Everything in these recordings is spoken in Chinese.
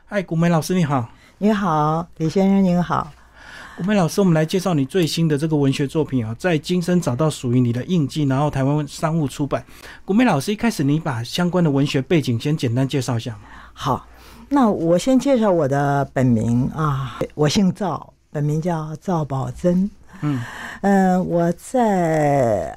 嗨，古梅老师你好。 你好，李先生您好。 古梅老师，我们来介绍你最新的这个文学作品啊，在今生找到属于你的印记，然后台湾商务出版。古梅老师，一开始你把相关的文学背景先简单介绍一下嘛。 好，那我先介绍我的本名啊，我姓赵，本名叫赵宝珍。我在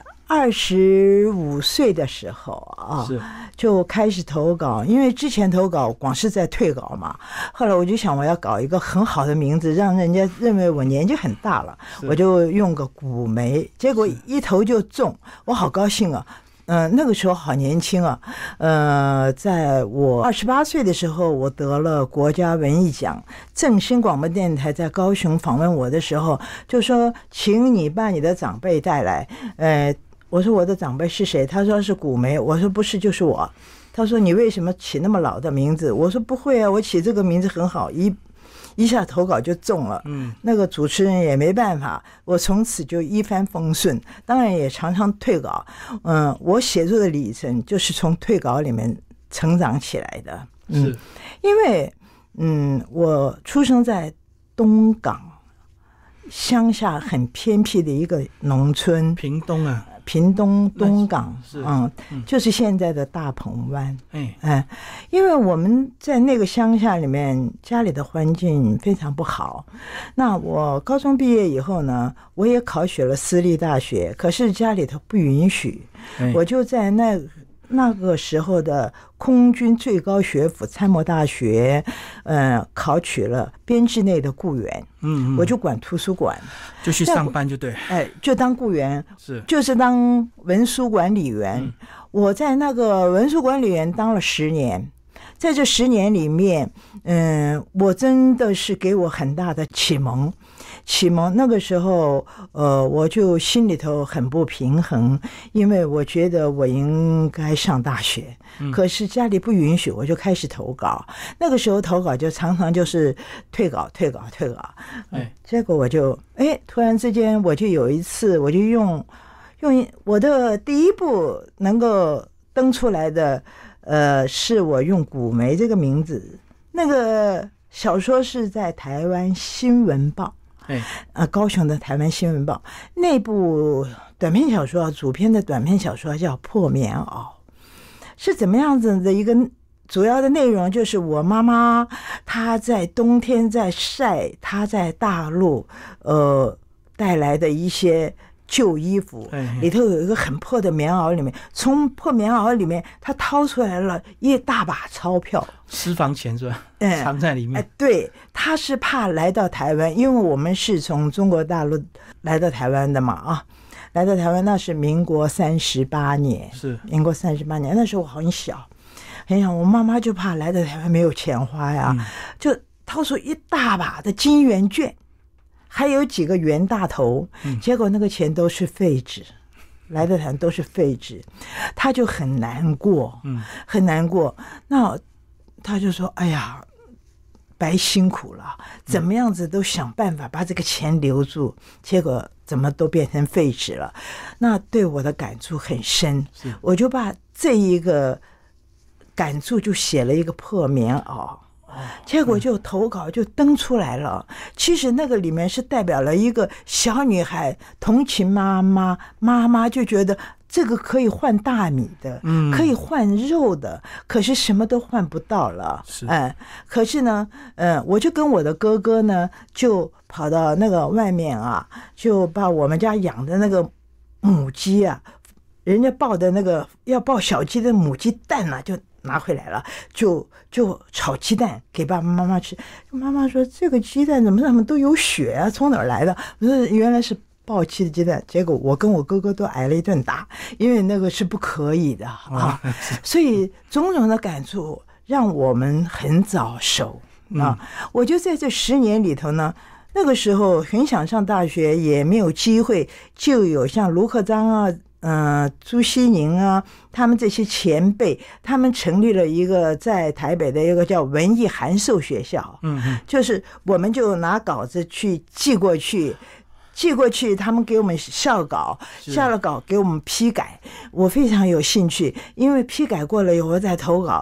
25岁的时候啊，就开始投稿，因为之前投稿光是在退稿嘛，后来我就想我要搞一个很好的名字，让人家认为我年纪很大了，我就用个古梅，结果一投就中，我好高兴啊。那个时候好年轻啊，在我28岁的时候，我得了国家文艺奖。正声广播电台在高雄访问我的时候，就说请你把你的长辈带来。我说我的长辈是谁？他说是古梅。我说不是，就是我。他说你为什么起那么老的名字？我说不会啊，我起这个名字很好，一下投稿就中了。那个主持人也没办法，我从此就一帆风顺。当然也常常退稿。我写作的里程就是从退稿里面成长起来的。因为我出生在东港乡下很偏僻的一个农村， 屏东啊。 屏东东港，就是现在的大鹏湾。因为我们在那个乡下里面，家里的环境非常不好。那我高中毕业以后呢，我也考取了私立大学，可是家里头不允许，我就在那个时候的空军最高学府参谋大学，考取了编制内的雇员。我就管图书馆， 就去上班就对。 就当雇员，就是当文书管理员。我在那个文书管理员当了10年，在这10年里面，我真的是给我很大的启蒙。那个时候，我就心里头很不平衡，因为我觉得我应该上大学，可是家里不允许，我就开始投稿。那个时候投稿就常常就是退稿。结果我就突然之间，我就有一次，我就用我的第一部能够登出来的，是我用古梅这个名字。那个小说是在台湾新闻报。高雄的台湾新闻报那部短篇小说，主篇的短篇小说叫《破棉袄》，是怎么样子的一个主要的内容？就是我妈妈她在冬天在晒她在大陆带来的一些旧衣服，里头有一个很破的棉袄，里面从破棉袄里面他掏出来了一大把钞票， 私房钱是吧？藏在里面。 对，他是怕来到台湾，因为我们是从中国大陆来到台湾的嘛，来到台湾那是民国38年，民国38年，那时候我很小，我妈妈就怕来到台湾没有钱花呀，就掏出一大把的金圆券。还有几个袁大头，结果那个钱都是废纸，来的团都是废纸，他就很难过，很难过。那他就说：“哎呀，白辛苦了，怎么样子都想办法把这个钱留住，结果怎么都变成废纸了。”那对我的感触很深，我就把这一个感触就写了一个破棉袄。结果就投稿就登出来了。其实那个里面是代表了一个小女孩同情妈妈就觉得这个可以换大米的，可以换肉的，可是什么都换不到了。可是呢，我就跟我的哥哥呢，就跑到那个外面啊，就把我们家养的那个母鸡啊，人家抱的那个要抱小鸡的母鸡蛋啊，就拿回来了，就炒鸡蛋给爸爸妈妈吃。妈妈说：“这个鸡蛋怎么上面都有血啊？从哪儿来的？”我说：“原来是爆气的鸡蛋。”结果我跟我哥哥都挨了一顿打，因为那个是不可以的啊。所以种种的感触让我们很早熟啊。我就在这10年里头呢。那个时候很想上大学，也没有机会，就有像卢克章啊、朱西宁啊，他们这些前辈，他们成立了一个在台北的一个叫文艺函授学校。就是我们就拿稿子去寄过去，他们给我们校稿，下了稿给我们批改。我非常有兴趣，因为批改过了以后再投稿。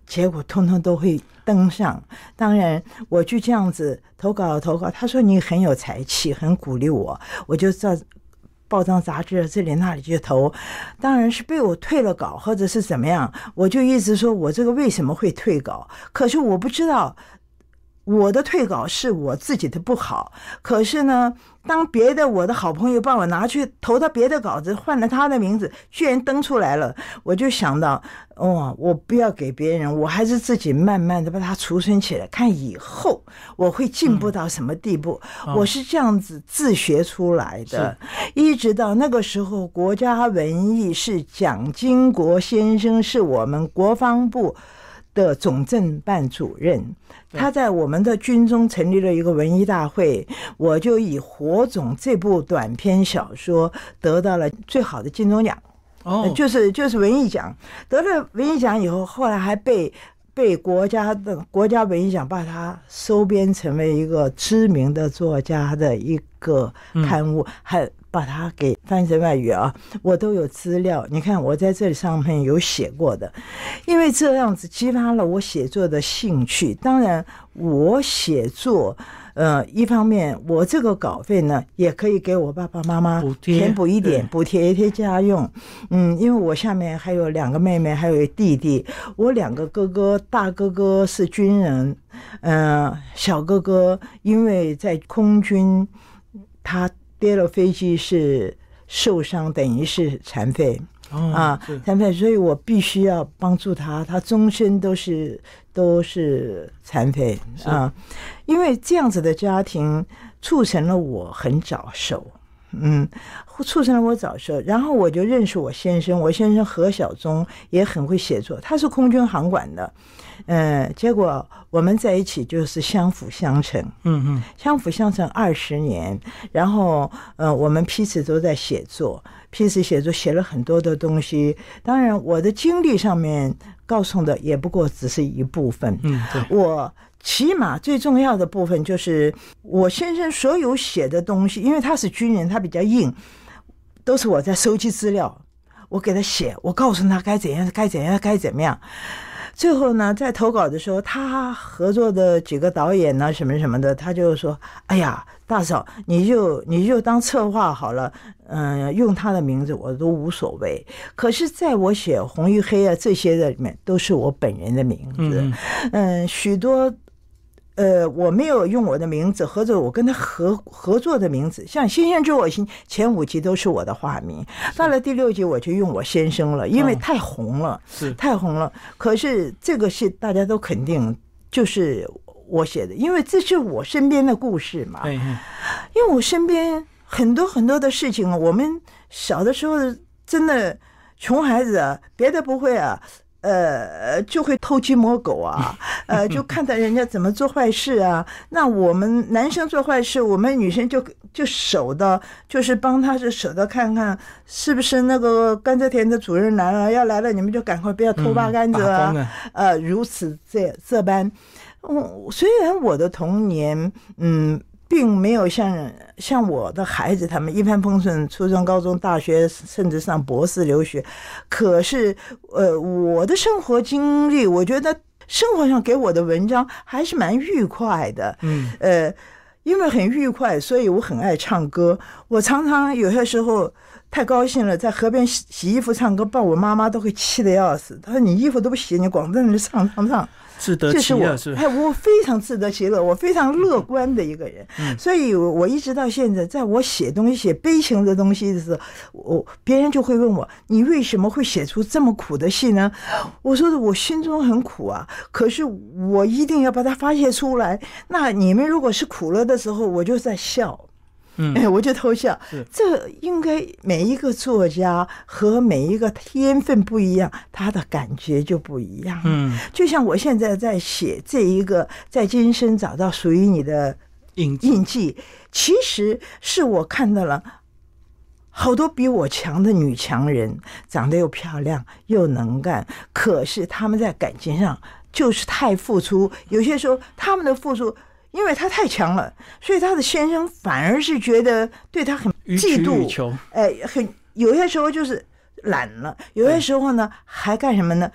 结果通通都会登上。当然我就这样子投稿，他说你很有才气，很鼓励我，我就照报章杂志这里那里去投。当然是被我退了稿或者是怎么样，我就一直说我这个为什么会退稿，可是我不知道我的退稿是我自己的不好，可是呢当别的我的好朋友帮我拿去投到别的稿子，换了他的名字居然登出来了，我就想到我不要给别人，我还是自己慢慢的把它储存起来，看以后我会进步到什么地步。我是这样子自学出来的，一直到那个时候国家文艺是蒋经国先生是我们国防部的总政办主任，他在我们的军中成立了一个文艺大会，我就以《火种》这部短篇小说得到了最好的金钟奖，就是文艺奖。得了文艺奖以后，后来还被国家文艺奖把它收编成为一个知名的作家的一个刊物，还把它给翻译成外语啊，我都有资料。你看我在这里上面有写过的，因为这样子激发了我写作的兴趣。当然我写作一方面我这个稿费呢也可以给我爸爸妈妈填补一点，补贴一些家用。因为我下面还有2个妹妹还有一弟弟，我2个哥哥，大哥哥是军人，小哥哥因为在空军他跌了飞机是受伤，等于是残废残废，所以我必须要帮助他，他终身都是残废因为这样子的家庭促成了我很早熟，促成了我早熟。然后我就认识我先生何小忠也很会写作，他是空军航管的，结果我们在一起就是相辅相成相辅相成20年。然后我们彼此都在写作，写了很多的东西。当然我的经历上面告诉的也不过只是一部分，我起码最重要的部分就是我先生所有写的东西，因为他是军人，他比较硬，都是我在收集资料，我给他写，我告诉他该怎么样。最后呢在投稿的时候，他合作的几个导演呢什么什么的，他就说哎呀大嫂你就当策划好了，用他的名字我都无所谓。可是在我写红与黑这些的里面都是我本人的名字，许多我没有用我的名字，或者我跟他合作的名字，像《新鲜之我心》前5集都是我的化名，到了第6集我就用我先生了，因为太红了，太红了。可是这个是大家都肯定就是我写的，因为这是我身边的故事嘛。因为我身边很多很多的事情，我们小的时候真的穷孩子啊，别的不会啊。就会偷鸡摸狗啊，就看到人家怎么做坏事啊。那我们男生做坏事，我们女生就守的，就是帮他是守的，看看是不是那个甘蔗田的主人来了，要来了你们就赶快不要偷扒甘蔗啊，如此这般。虽然我的童年，并没有像我的孩子他们一帆风顺，初中、高中、大学，甚至上博士留学。可是，我的生活经历，我觉得生活上给我的文章还是蛮愉快的。因为很愉快，所以我很爱唱歌。我常常有些时候太高兴了，在河边洗衣服唱歌，把我妈妈都会气得要死。她说：“你衣服都不洗，你光在那里唱。” 自得其乐是我非常自得其乐，我非常乐观的一个人。所以我一直到现在，在我写东西、写悲情的东西的时候，别人就会问我：“你为什么会写出这么苦的戏呢？”我说的我心中很苦啊，可是我一定要把它发泄出来。那你们如果是苦了的时候，我就在笑。我就偷笑。这应该每一个作家和每一个天分不一样，他的感觉就不一样。就像我现在在写这一个在今生找到属于你的印记，其实是我看到了好多比我强的女强人，长得又漂亮又能干，可是他们在感情上就是太付出，有些时候他们的付出因为他太强了，所以他的先生反而是觉得对他很嫉妒，有些时候就是懒了，有些时候呢还干什么呢？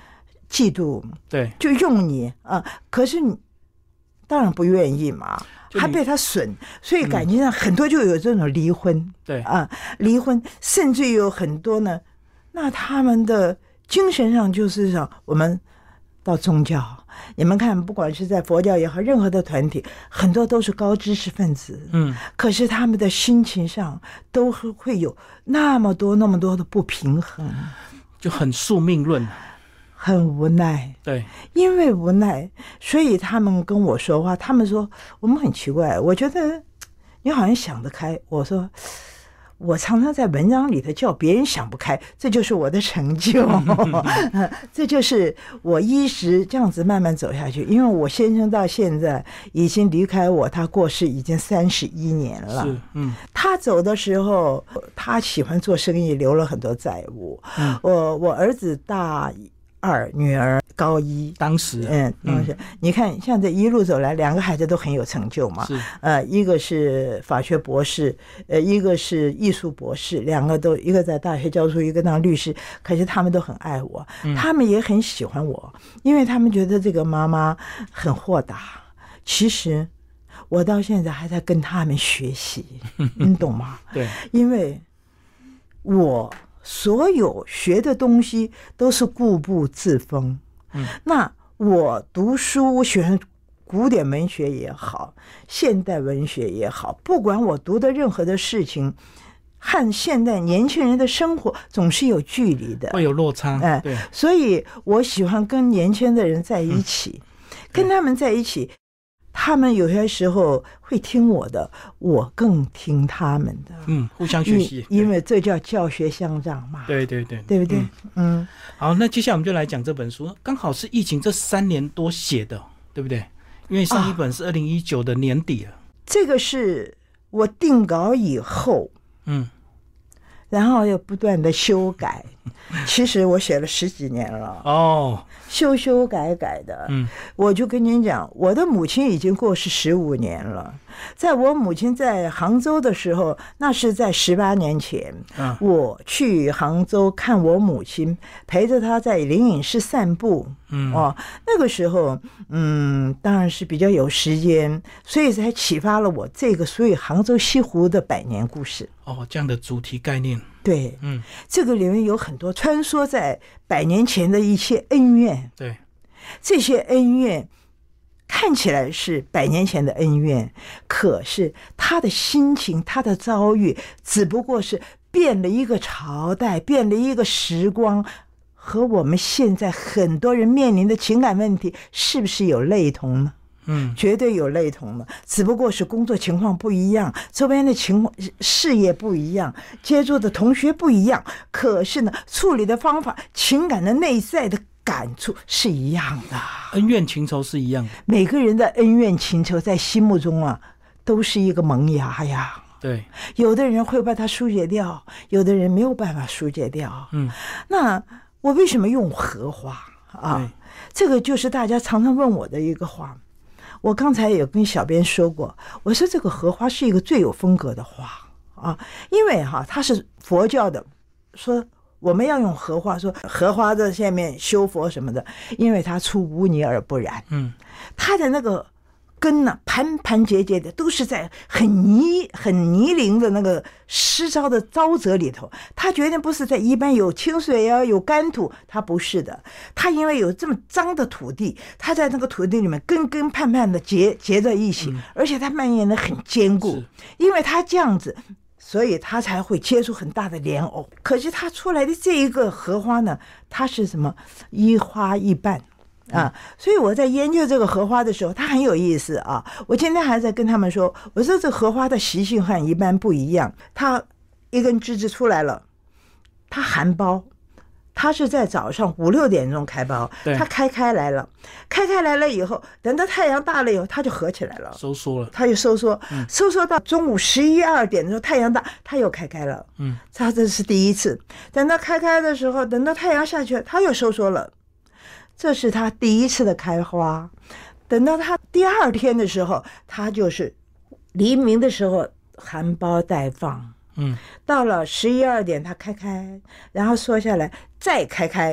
嫉妒， 对， 就用你啊，可是你当然不愿意嘛，还被他损，所以感情上很多就有这种离婚， 对啊，离婚，甚至有很多呢，那他们的精神上就是说，我们到宗教，你们看，不管是在佛教也好，任何的团体，很多都是高知识分子，可是他们的心情上都会有那么多的不平衡， 就很宿命论。 很无奈， 对， 因为无奈，所以他们跟我说话，他们说我们很奇怪，我觉得你好像想得开。我说我常常在文章里头叫别人想不开，这就是我的成就，这就是我一直这样子慢慢走下去。因为我先生到现在已经离开我，他过世已经31年了。 是， 他走的时候，他喜欢做生意，留了很多债务。我儿子大2，女儿高1， 当时， 你看，像这一路走来，2个孩子都很有成就嘛。 是， 一个是法学博士，一个是艺术博士，2个都，一个在大学教书，一个当律师。可是他们都很爱我，他们也很喜欢我，因为他们觉得这个妈妈很豁达。其实我到现在还在跟他们学习，你懂吗？ 对， 因为我所有学的东西都是固步自封。那我读书，我喜欢古典文学也好，现代文学也好，不管我读的任何的事情，和现代年轻人的生活总是有距离的， 会有落差。对， 所以我喜欢跟年轻的人在一起，跟他们在一起。他们有些时候会听我的，我更听他们的。 互相学习， 因为这叫教学相长嘛。 对， 对不对？ 好，那接下来我们就来讲这本书，刚好是疫情这3年多写的，对不对？因为上一本是2019的年底了。 这个是我定稿以后，然后又不断的修改。其实我写了10几年了修改的。我就跟您讲，我的母亲已经过世15年了。在我母亲在杭州的时候，那是在18年前，我去杭州看我母亲，陪着她在灵隐寺散步。那个时候，当然是比较有时间，所以才启发了我这个所以杭州西湖的100年故事。 这样的主题概念。 对，这个里面有很多穿梭在100年前的一切恩怨。 对， 这些恩怨看起来是100年前的恩怨，可是他的心情，他的遭遇，只不过是变了一个朝代，变了一个时光，和我们现在很多人面临的情感问题，是不是有类同呢？绝对有类同的，只不过是工作情况不一样，周边的情况、事业不一样，接触的同学不一样，可是呢，处理的方法、情感的内在的感触是一样的， 恩怨情仇是一样的。 每个人的恩怨情仇在心目中啊，都是一个萌芽呀。 对， 有的人会把它疏解掉，有的人没有办法疏解掉。那我为什么用荷花啊？这个就是大家常常问我的一个话。我刚才也跟小编说过，我说这个荷花是一个最有风格的花啊，因为它是佛教的，说我们要用荷花，说荷花在下面修佛什么的，因为它出污泥而不染。它的那个根呢，盘盘结结的，都是在很泥泞的那个湿糟的沼泽里头。它绝对不是在一般有清水啊、有干土，它不是的。它因为有这么脏的土地，它在那个土地里面根根盼盼的结在一起，而且它蔓延的很坚固。因为它这样子，所以它才会结出很大的莲藕。可是它出来的这一个荷花呢，它是什么？一花一瓣。所以我在研究这个荷花的时候，它很有意思啊。我今天还在跟他们说，我说这荷花的习性和一般不一样，它一根枝子出来了，它含苞，它是在早上5、6点钟开苞，它开来了以后，等到太阳大了以后，它就合起来了， 收缩了， 它就收缩到中午11、12点的时候，太阳大，它又开了，它这是第一次。等到开的时候，等到太阳下去了，它又收缩了。这是它第一次的开花，等到它第2天的时候，它就是黎明的时候含苞待放。到了11、12点它开，然后缩下来再开，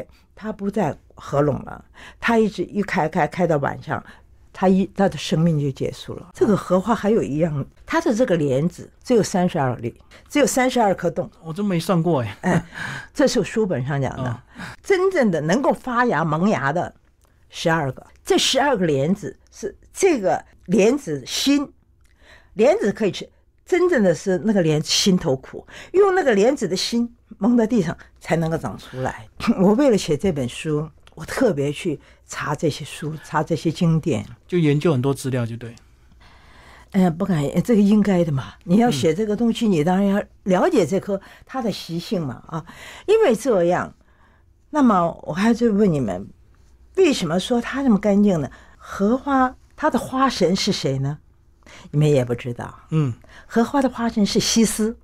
他不在合拢了，他一开到晚上，他的生命就结束了。这个荷花还有一样，它的这个莲子只有32粒，只有32颗洞。 我真没算过哎。 这是书本上讲的，真正的能够发芽萌芽的12个，这12个莲子是这个莲子心，莲子可以吃。真正的是那个莲子心头苦，用那个莲子的心蒙在地上才能够长出来。我为了写这本书，我特别去查这些书，查这些经典， 就研究很多资料，就对。 不敢，这个应该的嘛。你要写这个东西，你当然要了解这棵它的习性嘛啊。因为这样，那么我还是问你们，为什么说它这么干净呢？荷花它的花神是谁呢？你们也不知道。荷花的花神是西施。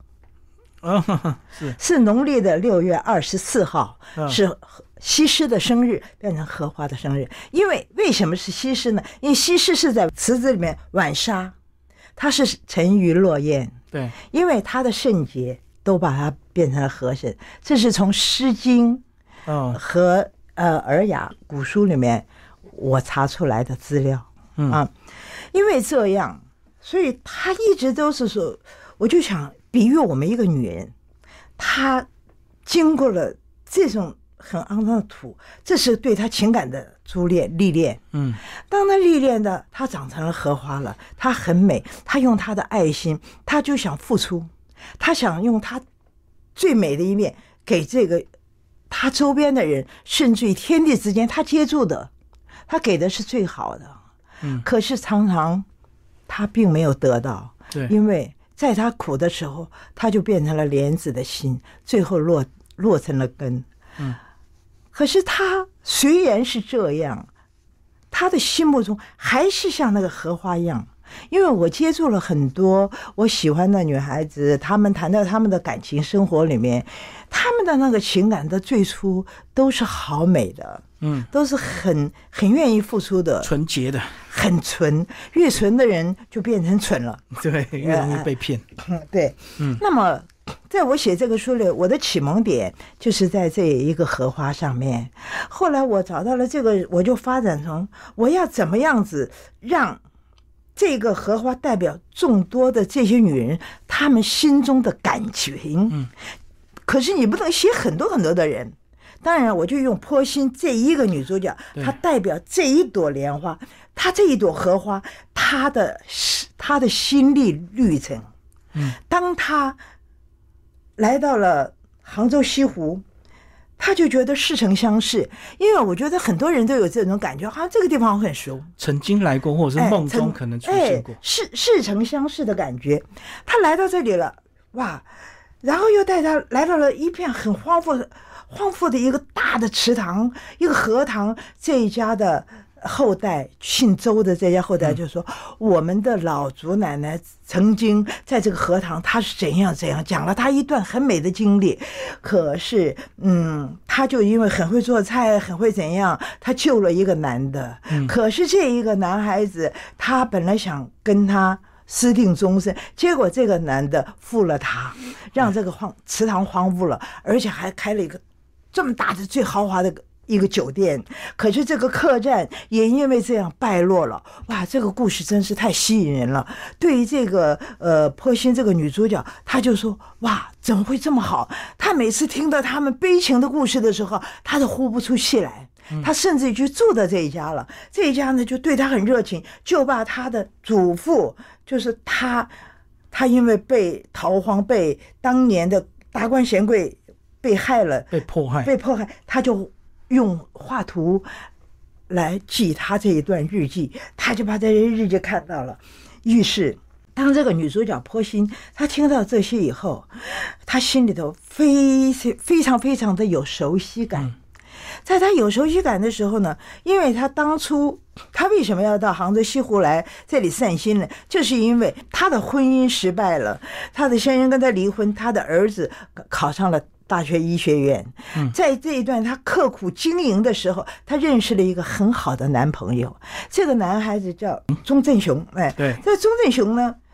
是农历的6月24号，是西施的生日，变成荷花的生日。为什么是西施呢？因为西施是在池子里面晚沙，它是沉鱼落雁。 对， 因为它的圣洁都把它变成了河神。这是从《诗经》和尔雅古书里面我查出来的资料。因为这样，所以他一直都是说，我就想比喻我们一个女人，她经过了这种很肮脏的土，这是对她情感的历练。当她历练的，她长成了荷花了，她很美，她用她的爱心，她就想付出，她想用她最美的一面给这个她周边的人，甚至于天地之间，她接住的，她给的是最好的。可是常常她并没有得到。 对， 因为在他苦的时候，他就变成了莲子的心，最后落成了根。可是他虽然是这样，他的心目中还是像那个荷花一样。因为我接触了很多我喜欢的女孩子，她们谈到她们的感情生活里面，她们的那个情感的最初都是好美的，都是很愿意付出的， 纯洁的， 很纯。越纯的人就变成蠢了， 对，越容易被骗。 对，那么在我写这个书里，我的启蒙点就是在这一个荷花上面。后来我找到了这个，我就发展成我要怎么样子让这个荷花代表众多的这些女人她们心中的感情。可是你不能写很多很多的人，当然我就用坡心这一个女主角，她代表这一朵莲花，她这一朵荷花，她的心历旅程。当她来到了杭州西湖，他就觉得似曾相识。因为我觉得很多人都有这种感觉，好像这个地方我很熟， 曾经来过，或者是梦中可能出现过， 似曾相识的感觉。他来到这里了，哇，然后又带他来到了一片很荒芜的一个大的池塘，一个荷塘。这一家的后代，姓周的这家后代就说，我们的老祖奶奶曾经在这个荷塘，她是怎样讲了她一段很美的经历。可是她就因为很会做菜，很会怎样，她救了一个男的。可是这一个男孩子，他本来想跟他私定终身，结果这个男的负了他，让这个池塘荒芜了，而且还开了一个这么大的最豪华的一个酒店。可是这个客栈也因为这样败落了。哇，这个故事真是太吸引人了。对于这个坡心这个女主角，她就说，哇，怎么会这么好？她每次听到他们悲情的故事的时候，她都呼不出气来。她甚至去住到这一家了，这一家呢就对她很热情，就把她的祖父，就是她因为被逃荒，被当年的达官显贵被害了，被迫害，他就用画图来记他这一段日记。他就把这些日记看到了。于是当这个女主角坡心她听到这些以后，她心里头非常非常的有熟悉感。在她有熟悉感的时候呢，因为她当初她为什么要到杭州西湖来这里散心呢？就是因为她的婚姻失败了，她的先生跟她离婚，她的儿子考上了大学医学院。在这一段她刻苦经营的时候，她认识了一个很好的男朋友。这个男孩子叫钟振雄。对，这钟振雄呢，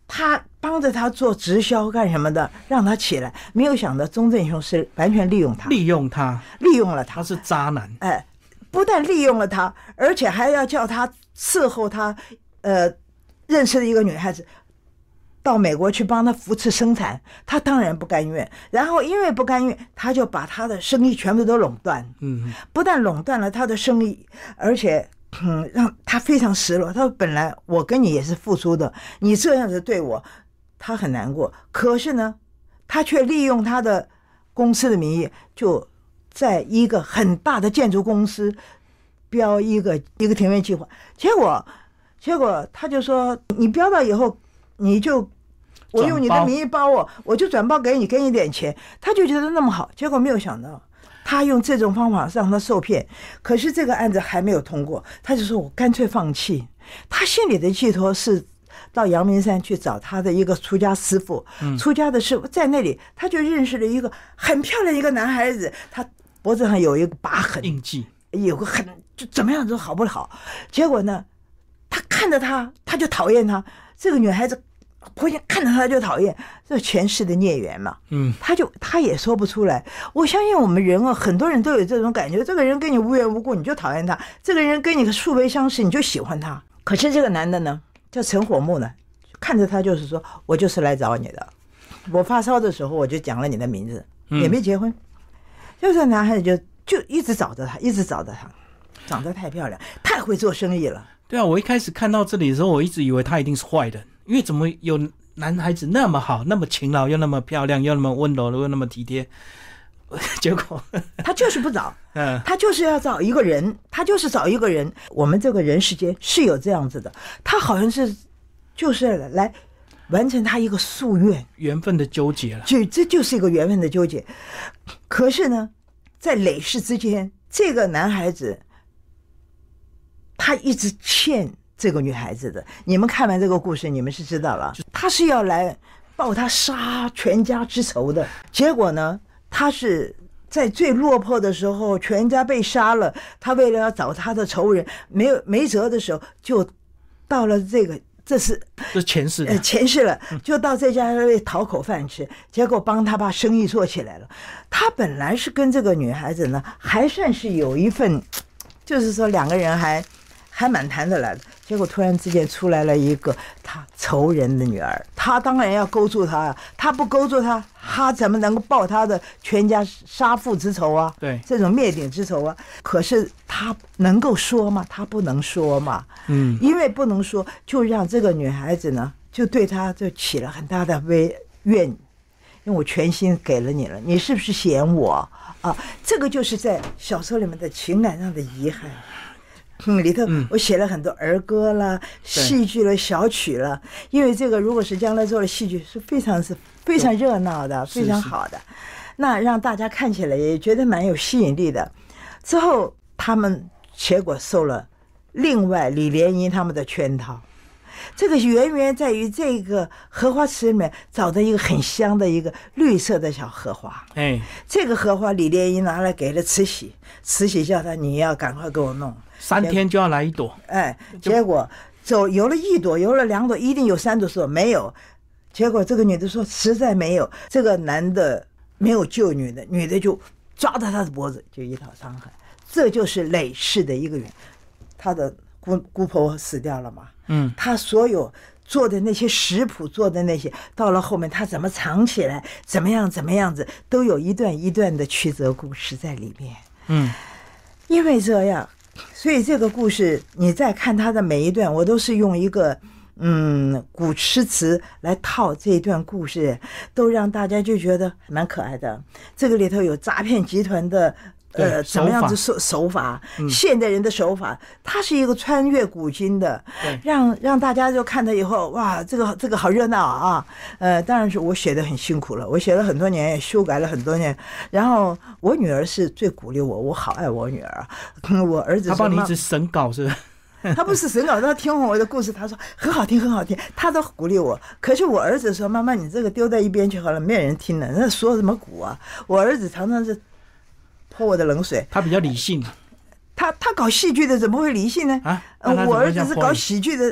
他帮着他做直销干什么的，让他起来。没有想到钟正雄是完全利用他，利用了他， 他是渣男。 不但利用了他，而且还要叫他伺候他，认识的一个女孩子到美国去帮他扶持生产，他当然不甘愿。然后因为不甘愿，他就把他的生意全部都垄断。不但垄断了他的生意，而且让他非常失落。他说本来我跟你也是付出的，你这样子对我，他很难过。可是呢，他却利用他的公司的名义，就在一个很大的建筑公司标一个庭院计划。结果他就说，你标到以后，你就我用你的名义包我就转包给你点钱。他就觉得那么好，结果没有想到他用这种方法让他受骗。可是这个案子还没有通过，他就说我干脆放弃。他心里的寄托是到阳明山去找他的一个出家师傅，出家的师傅在那里，他就认识了一个很漂亮一个男孩子，他脖子上有一个疤痕印记， 有个就怎么样都好不好。结果呢，他看着他就讨厌他。这个女孩子婆婆看着他就讨厌，这前世的孽缘嘛。他也说不出来。我相信我们人很多人都有这种感觉，这个人跟你无缘无故你就讨厌他，这个人跟你素未相识你就喜欢他。可是这个男的呢，叫陈火木呢，看着他就是说，我就是来找你的。我发烧的时候我就讲了你的名字，也没结婚。就是男孩子就一直找着他，长得太漂亮，太会做生意了。 对啊，我一开始看到这里的时候，我一直以为他一定是坏人，因为怎么有男孩子那么好，那么勤劳，又那么漂亮，又那么温柔，又那么体贴，结果他就是不找，他就是要找一个人，我们这个人世间是有这样子的，他好像是就是来完成他一个夙愿， 缘分的纠结了， 这就是一个缘分的纠结。可是呢，在累世之间，这个男孩子他一直欠这个女孩子的。你们看完这个故事，你们是知道了，他是要来报他杀全家之仇的。结果呢，他是在最落魄的时候，全家被杀了，他为了要找他的仇人，没辙的时候，就到了这是前世了，就到这家讨口饭吃，结果帮他把生意做起来了。他本来是跟这个女孩子呢，还算是有一份，就是说两个人还蛮谈得来的。结果突然之间出来了一个他仇人的女儿，他当然要勾住他啊，他不勾住他，他怎么能够报他的全家杀父之仇啊？ 对， 这种灭顶之仇啊。可是他能够说吗？他不能说嘛。因为不能说，就让这个女孩子呢，就对他就起了很大的怨，因为我全心给了你了，你是不是嫌我啊？这个就是在小说里面的情感上的遗憾。里头我写了很多儿歌啦、戏剧了、小曲了，因为这个如果是将来做了戏剧，是非常热闹的，非常好的，那让大家看起来也觉得蛮有吸引力的。之后他们结果受了另外李莲英他们的圈套。这个源在于这个荷花池里面找到一个很香的一个绿色的小荷花。这个荷花李莲英拿来给了慈禧，慈禧叫他你要赶快给我弄 ，3天就要来1朵。 结果有了1朵，有了2朵，一定有3朵说没有。结果这个女的说实在没有，这个男的没有救女的，女的就抓着他的脖子就一讨伤害。这就是累世的一个人，他的姑婆死掉了嘛。他所有做的那些食谱，做的那些，到了后面他怎么藏起来，怎么样子，都有一段一段的曲折故事在里面。因为这样，所以这个故事你再看他的每一段，我都是用一个古诗词来套这一段故事，都让大家就觉得蛮可爱的。这个里头有诈骗集团的怎么样子手法，现代人的手法，它是一个穿越古今的，让大家就看了以后，哇，这个好热闹啊！当然是我写的很辛苦了，我写了很多年，修改了很多年。然后我女儿是最鼓励我好爱我女儿。我儿子他帮你一直审稿是吧？ 他不是审稿，他听我的故事，他说很好听，他都鼓励我。可是我儿子说：“妈妈，你这个丢在一边去好了，没有人听了，那说什么古啊？”我儿子常常是泼我的冷水。 他比较理性。 他搞戏剧的怎么会理性呢？ 啊， 我儿子是搞喜剧的，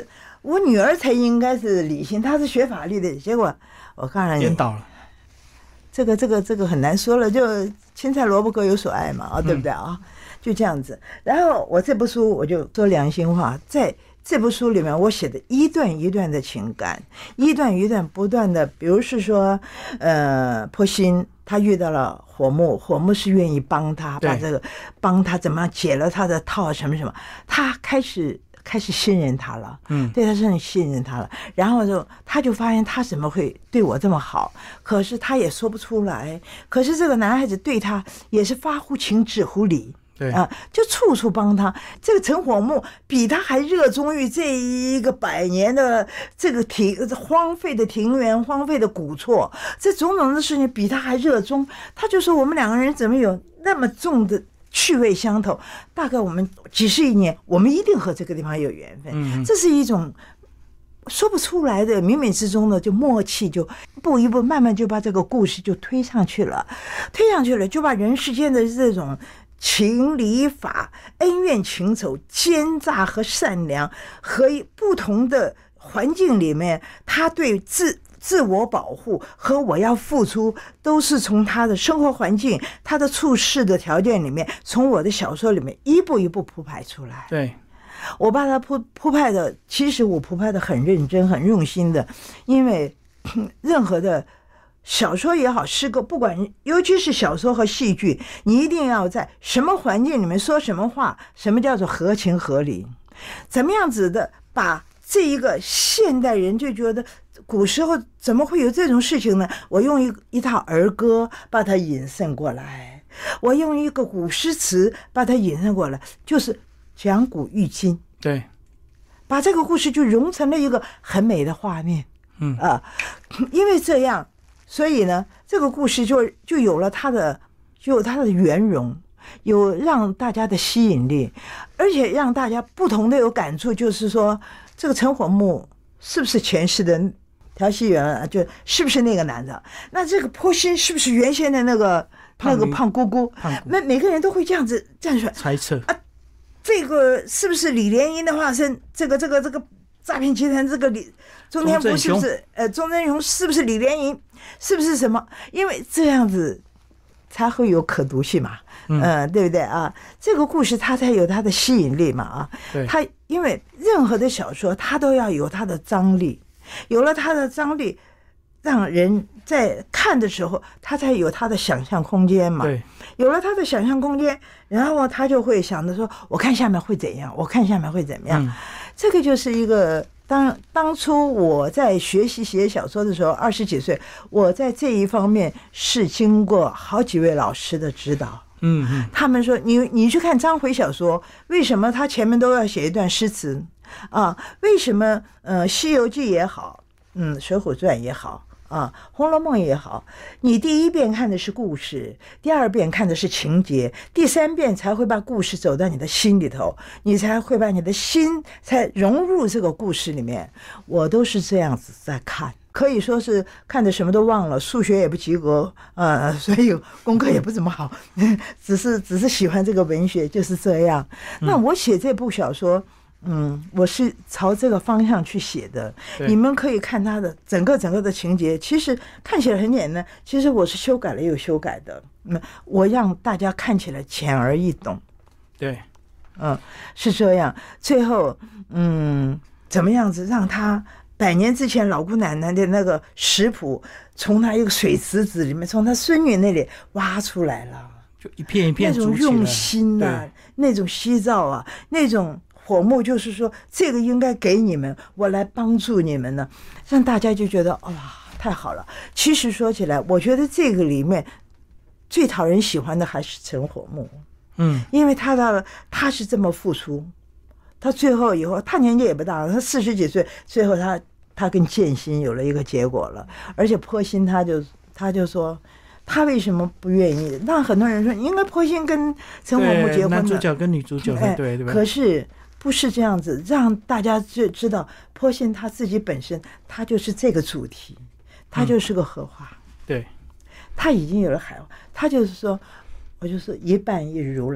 我女儿才应该是理性，她是学法律的，结果我告诉你颠倒了。 这个很难说了，就青菜萝卜各有所爱嘛，对不对啊？就这样子。然后我这部书我就说良心话，在这部书里面我写的一段一段的情感，一段一段不断的，比如是说，坡心他遇到了火木，火木是愿意帮他，把这个帮他怎么样解了他的套什么什么，他开始信任他了，对他是很信任他了。然后他就发现他怎么会对我这么好，可是他也说不出来。可是这个男孩子对他也是发乎情止乎礼， 对就处处帮他。这个陈火木比他还热衷于这一个100年的这个荒废的庭园、荒废的古厝，这种种的事情比他还热衷。他就说我们2个人怎么有那么重的趣味相投，大概我们几十亿年，我们一定和这个地方有缘分。这是一种说不出来的，冥冥之中的就默契，就一步一步慢慢就把这个故事就推上去了，就把人世间的这种情理法、恩怨情仇、奸诈和善良，和不同的环境里面，他对自我保护和我要付出，都是从他的生活环境、他的处事的条件里面，从我的小说里面一步一步铺排出来。 对， 我把它铺排的，其实我铺排的很认真、很用心的，因为任何的小说也好，诗歌，不管尤其是小说和戏剧，你一定要在什么环境里面说什么话，什么叫做合情合理，怎么样子的把这一个现代人就觉得古时候怎么会有这种事情呢？我用一套儿歌把它引申过来，我用一个古诗词把它引申过来，就是讲古喻今， 对， 把这个故事就融成了一个很美的画面。因为这样，所以呢，这个故事就有了它的圆融，有让大家的吸引力，而且让大家不同的有感触，就是说这个陈火木是不是前世的调戏员，就是不是那个男的？那这个坡心是不是原先的那个胖姑姑？每个人都会这样子站出来猜测啊，这个是不是李莲英的化身？这个诈骗集团这个钟天福是不是钟镇雄是不是李莲英？是不是什么？因为这样子才会有可读性嘛，对不对啊？这个故事它才有它的吸引力嘛啊！它因为任何的小说它都要有它的张力，有了它的张力，让人在看的时候他才有他的想象空间嘛。 对， 有了他的想象空间，然后他就会想着说，我看下面会怎样，我看下面会怎么样。这个就是一个当初我在学习写小说的时候，20几岁，我在这一方面是经过好几位老师的指导。他们说你去看章回小说，为什么他前面都要写一段诗词啊？为什么西游记也好，水浒传也好啊，红楼梦也好，你第一遍看的是故事，第二遍看的是情节，第三遍才会把故事走到你的心里头，你才会把你的心才融入这个故事里面。我都是这样子在看，可以说是看的什么都忘了，数学也不及格，所以功课也不怎么好，只是喜欢这个文学，就是这样。那我写这部小说，我是朝这个方向去写的。你们可以看它的整个的情节，其实看起来很简单，其实我是修改了又修改的。我让大家看起来浅而易懂。 对， 是这样。最后，怎么样子让他100年之前老姑奶奶的那个食谱，从他一个水池子里面，从他孙女那里挖出来了， 就一片一片那种用心啊，那种洗澡啊，那种火木，就是说这个应该给你们，我来帮助你们呢，让大家就觉得哇，太好了。其实说起来，我觉得这个里面最讨人喜欢的还是陈火木，因为他是这么付出，他最后以后他年纪也不大了，他40几岁，最后他跟建新有了一个结果了，而且坡心他就说。他为什么不愿意？那很多人说应该坡心跟陈火木结婚， 男主角跟女主角对吧？ 可是不是这样子，让大家就知道坡心他自己本身，他就是这个主题，他就是个荷花。 对， 他已经有了海，他就是说，我就是一半一如来。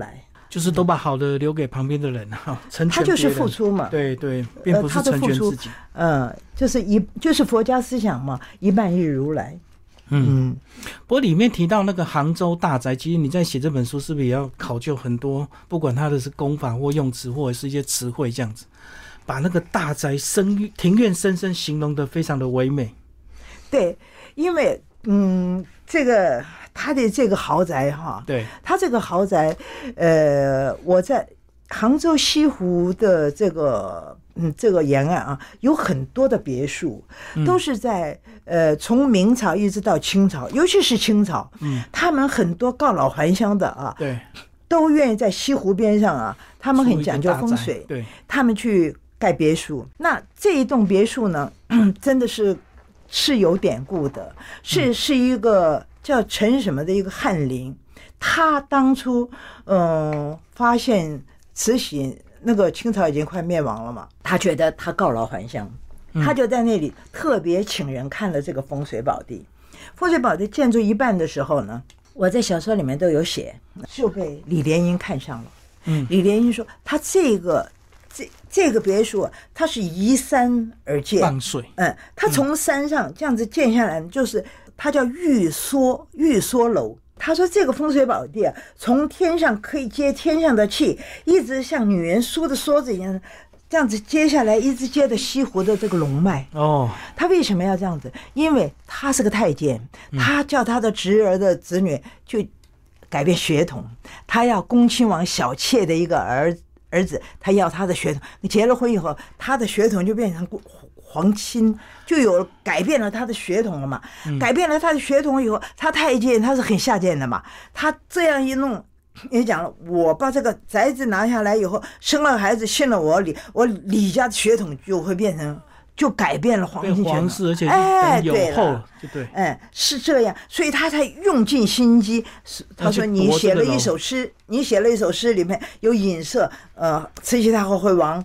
就是都把好的留给旁边的人啊，成全他就是付出嘛， 对对，并不是成全自己。 就是佛家思想嘛，一半一如来。 不过里面提到那个杭州大宅，其实你在写这本书是不是也要考究很多，不管它的是功法或用词，或者是一些词汇这样子，把那个大宅庭院深深形容得非常的唯美。 对，因为这个他的这个豪宅哈， 对， 他这个豪宅，我在杭州西湖的这个沿岸啊，有很多的别墅，都是在从明朝一直到清朝，尤其是清朝，他们很多告老还乡的啊， 对， 都愿意在西湖边上啊，他们很讲究风水， 对， 他们去盖别墅。那这一栋别墅呢，真的是有典故的，是一个叫陈什么的一个翰林，他当初发现慈禧那个清朝已经快灭亡了嘛，他觉得他告老还乡，他就在那里特别请人看了这个风水宝地。风水宝地建筑一半的时候呢，我在小说里面都有写，就被李莲英看上了。李莲英说他这个别墅它是依山而建， 傍水， 它从山上这样子建下来，就是它叫玉梭楼。他说这个风水宝地啊，从天上可以接天上的气，一直像女人梳的梭子一样，这样子接下来，一直接的西湖的这个龙脉。他为什么要这样子？因为他是个太监，他叫他的侄儿的子女就改变血统，他要恭亲王小妾的一个儿子，他要他的血统，结了婚以后，他的血统就变成皇亲，就改变了他的血统了嘛。改变了他的血统以后，他太监他是很下贱的嘛，他这样一弄，也讲了，我把这个宅子拿下来以后，生了孩子，信了我李家的血统就会变成。就改变了皇亲皇室，而且很有后了，对， 是这样，所以他才用尽心机。他说：“你写了一首诗，里面有影射，慈禧太后会亡，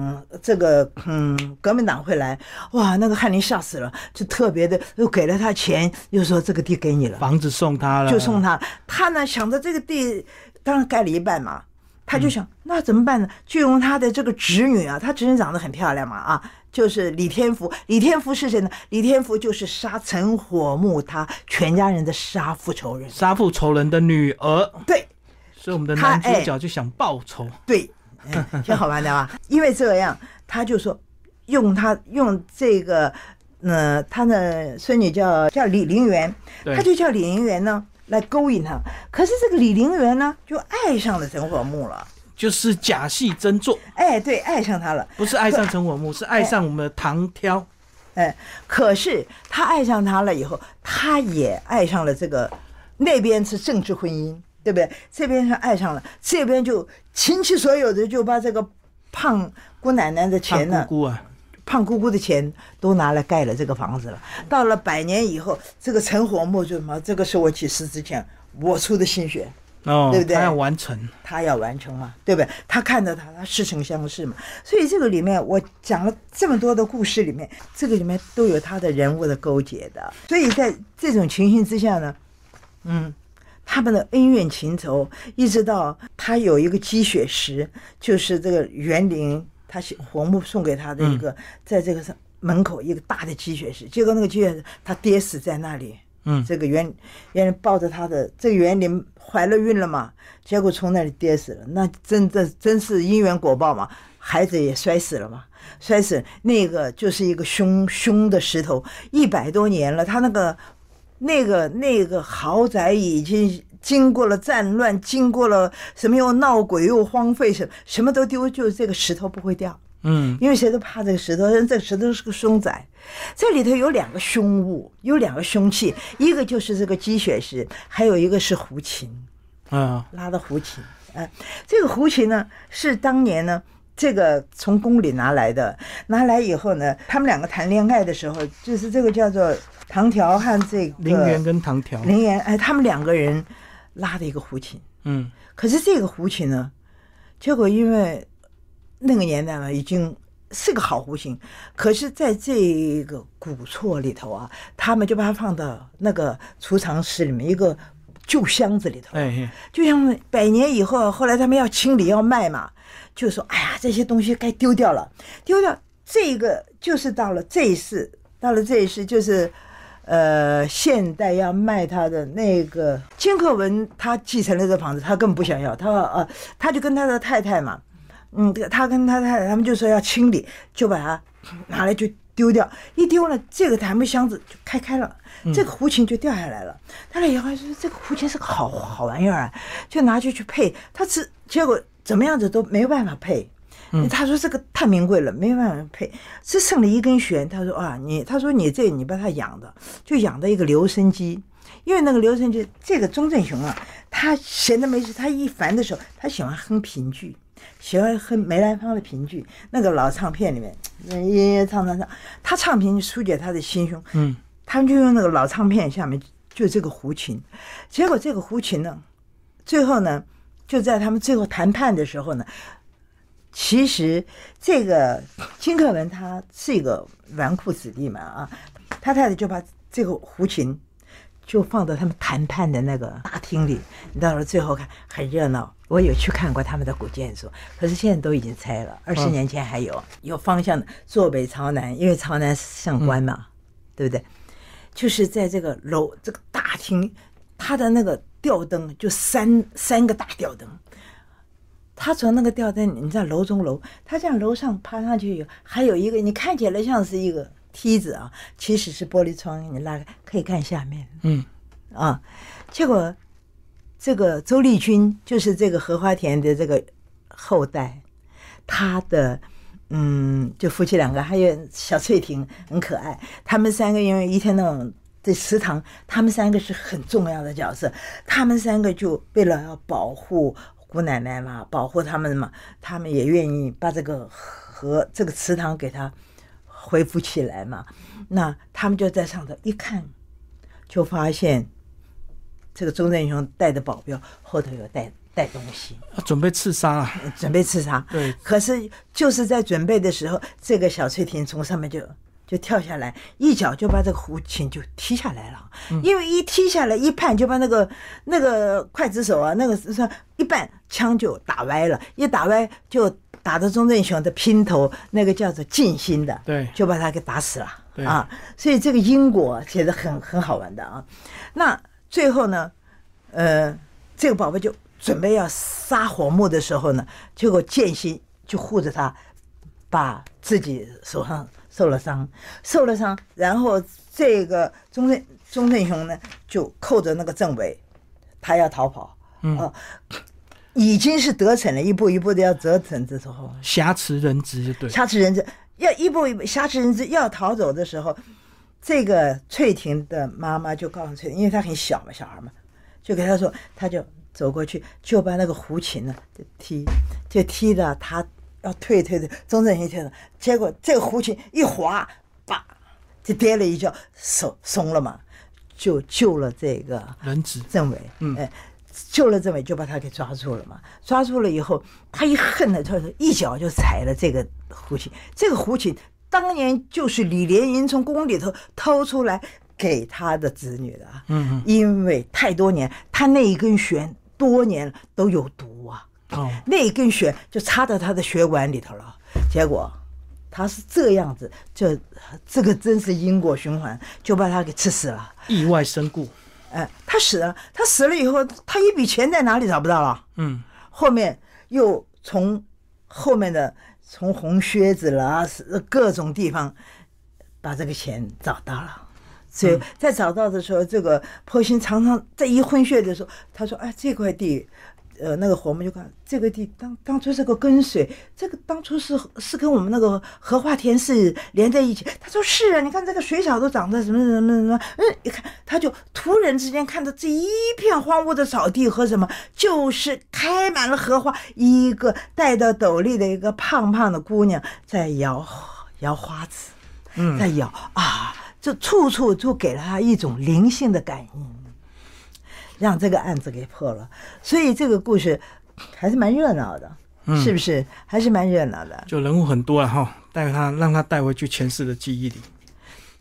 革命党会来，哇，那个翰林吓死了，就特别的又给了他钱，又说这个地给你了， 房子送他了， 就送他。他呢想着这个地，当然盖了一半嘛。”他就想，那怎么办呢？就用他的这个侄女啊，他侄女长得很漂亮嘛，就是李天福。李天福是谁呢？李天福就是杀陈火木他全家人的杀父仇人的女儿。 对， 所以我们的男主角就想报仇。 对，挺好玩的吧？因为这样，他就说用这个，他的孙女叫李陵媛，他就叫李陵媛呢。来勾引他，可是这个李陵媛呢，就爱上了陈火木了， 就是假戏真做。 对，爱上他了， 不是爱上陈火木，是爱上我们的唐挑。 可是他爱上他了以后，他也爱上了这个，那边是政治婚姻，对不对？这边是爱上了，这边就倾其所有的就把这个胖姑奶奶的钱呢，胖姑姑的钱都拿来盖了这个房子了。到了100年以后，这个陈火木就什么？这个是我起事之前我出的心血，对不对？ 他要完成嘛，对不对？他看到他似曾相识嘛。所以这个里面我讲了这么多的故事里面，这个里面都有他的人物的勾结的。所以在这种情形之下呢，他们的恩怨情仇，一直到他有一个积雪石，就是这个园林。他火木送给他的一个，在这个门口一个大的积雪石，结果那个积雪石他跌死在那里。这个园林抱着他的这个园林怀了孕了嘛，结果从那里跌死了，那真是因缘果报嘛，孩子也摔死了嘛，摔死那个就是一个凶的石头，100多年了，他那个豪宅已经。经过了战乱，经过了什么又闹鬼又荒废，什么都丢，就是这个石头不会掉。因为谁都怕这个石头，这个石头是个凶宅。这里头有2个凶物，有2个凶器，一个就是这个积雪石，还有一个是胡琴。拉的胡琴。这个胡琴呢，是当年呢这个从宫里拿来的，拿来以后呢，他们2个谈恋爱的时候，就是这个叫做唐条和这个陵媛跟唐条， 陵媛，他们2个人。拉的一个胡琴，可是这个胡琴呢，结果因为那个年代嘛，已经是个好胡琴，可是在这个古厝里头啊，他们就把它放到那个储藏室里面一个旧箱子里头，就像100年以后，后来他们要清理要卖嘛，就说哎呀，这些东西该丢掉了，丢掉。这个就是到了这一世就是现代要卖他的那个金克文，他继承了这房子，他根本不想要，他就跟他的太太嘛，他跟他太太他们就说要清理，就把它拿来就丢掉，一丢了，这个檀木箱子就开了，这个胡琴就掉下来了。他以后说这个胡琴是个好玩意儿啊，就拿去配，结果怎么样子都没有办法配。他说这个太名贵了，没有办法配，只剩了一根弦。他说啊，他说你把它养的，就养的一个留声机，因为那个留声机，这个钟正雄啊，他闲着没事，他一烦的时候，他喜欢哼评剧，喜欢哼梅兰芳的评剧，那个老唱片里面，唱，他唱评疏解他的心胸。他们就用那个老唱片下面就这个胡琴，结果这个胡琴呢，最后呢，就在他们最后谈判的时候呢。其实这个金克文他是一个纨绔子弟嘛啊，他太太就把这个胡琴就放到他们谈判的那个大厅里，你到了最后看很热闹。我有去看过他们的古建筑，可是现在都已经拆了。20年前还有方向的，坐北朝南，因为朝南上关嘛，对不对？就是在这个楼这个大厅，他的那个吊灯就三个大吊灯。他从那个吊灯，你知道楼中楼，他这样楼上爬上去还有一个，你看起来像是一个梯子啊，其实是玻璃窗，你拉开可以看下面。结果这个周丽君就是这个荷花田的这个后代，他的就夫妻2个，还有小翠婷很可爱，他们3个因为一天到晚在祠堂，他们3个是很重要的角色，他们3个就为了要保护姑奶奶嘛，保护他们嘛，他们也愿意把这个这个祠堂给他恢复起来嘛。那他们就在上头一看，就发现这个钟正雄带的保镖后头有带东西， 准备刺杀了， 准备刺杀。对，可是就是在准备的时候，这个小翠婷从上面就跳下来，一脚就把这个胡琴就踢下来了。因为一踢下来一判，就把那个刽子手啊，那个一半枪就打歪了，一打歪就打到钟正雄的姘头，那个叫做静心的， 对， 就把他给打死了啊。所以这个因果写得很好玩的啊。那最后呢，这个宝贝就准备要撒火木的时候呢，结果剑心就护着他，把自己手上受了伤，然后这个钟正雄呢就扣着那个政委，他要逃跑，已经是得逞了，一步一步的要得逞的时候， 挟持人质就对， 挟持人质要一步一步挟持人质要逃走的时候，这个翠婷的妈妈就告诉翠婷，因为她很小嘛，小孩嘛，就给她说，她就走过去，就把那个胡琴呢就踢的她要退的，钟正雄退的，结果这个胡琴一滑，叭，就跌了一跤，手松了嘛，就救了这个人质政委，救了政委就把他给抓住了嘛，抓住了以后，他一恨呢，他一脚就踩了这个胡琴，这个胡琴当年就是李莲英从宫里头偷出来给他的子女的，因为太多年，他那一根弦多年都有毒啊。那一根弦就插到他的血管里头了，结果他是这样子，这个真是因果循环，就把他给吃死了， 意外身故。 他死了以后，他一笔钱在哪里找不到了？后面又从红靴子了各种地方把这个钱找到了。所以在找到的时候，这个坡心常常在一昏血的时候，他说：“哎，这块地。”那个火木就看这个地当初是个根水，这个当初是跟我们那个荷花田是连在一起。他说是啊，你看这个水草都长在什么，一看他就突然之间看到这一片荒芜的草地和什么，就是开满了荷花，一个戴着斗笠的一个胖胖的姑娘在摇花子，在摇啊，就处处就给了他一种灵性的感应。让这个案子给破了，所以这个故事还是蛮热闹的，是不是？还是蛮热闹的。 就人物很多啊，让他带回去前世的记忆里。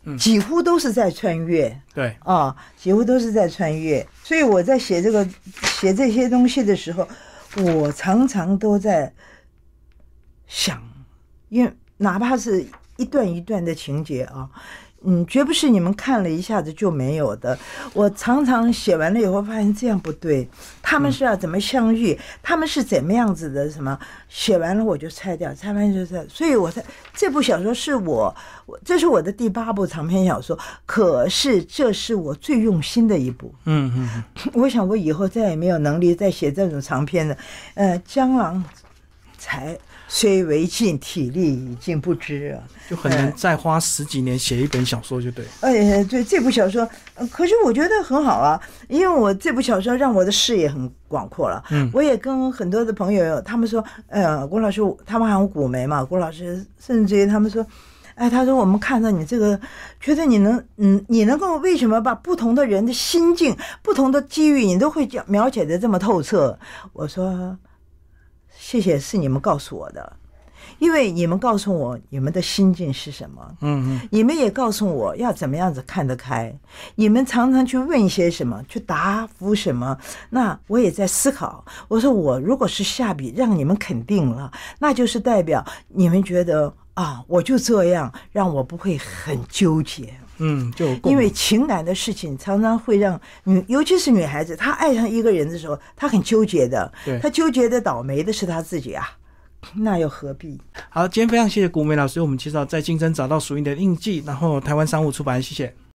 几乎都是在穿越。 对啊，几乎都是在穿越。所以我在写这些东西的时候，我常常都在想，因为哪怕是一段一段的情节啊，绝不是你们看了一下子就没有的。我常常写完了以后发现这样不对，他们是要怎么相遇，他们是怎么样子的什么，写完了我就拆掉，拆完就拆。所以这部小说是这是我的第8部长篇小说，可是这是我最用心的一部。我想我以后再也没有能力再写这种长篇的。江郎才虽为尽，体力已经不支啊， 就很难再花10几年写一本小说就对。 对，这部小说，可是我觉得很好啊，因为我这部小说让我的视野很广阔了。我也跟很多的朋友，他们说，郭老师，他们喊我古梅嘛，郭老师，甚至于他们说，他说我们看到你这个，觉得你能够为什么把不同的人的心境、不同的机遇，你都会描写的这么透彻？我说。谢谢，是你们告诉我的，因为你们告诉我你们的心境是什么，你们也告诉我要怎么样子看得开，你们常常去问一些什么，去答复什么，那我也在思考。我说我如果是下笔让你们肯定了，那就是代表你们觉得我就这样，让我不会很纠结。因为情感的事情常常会让尤其是女孩子，她爱上一个人的时候，她很纠结的，她纠结的倒霉的是她自己啊，那又何必？ 好，今天非常谢谢古梅老师，我们介绍在竞争找到属于你的印记，然后台湾商务出版，谢谢。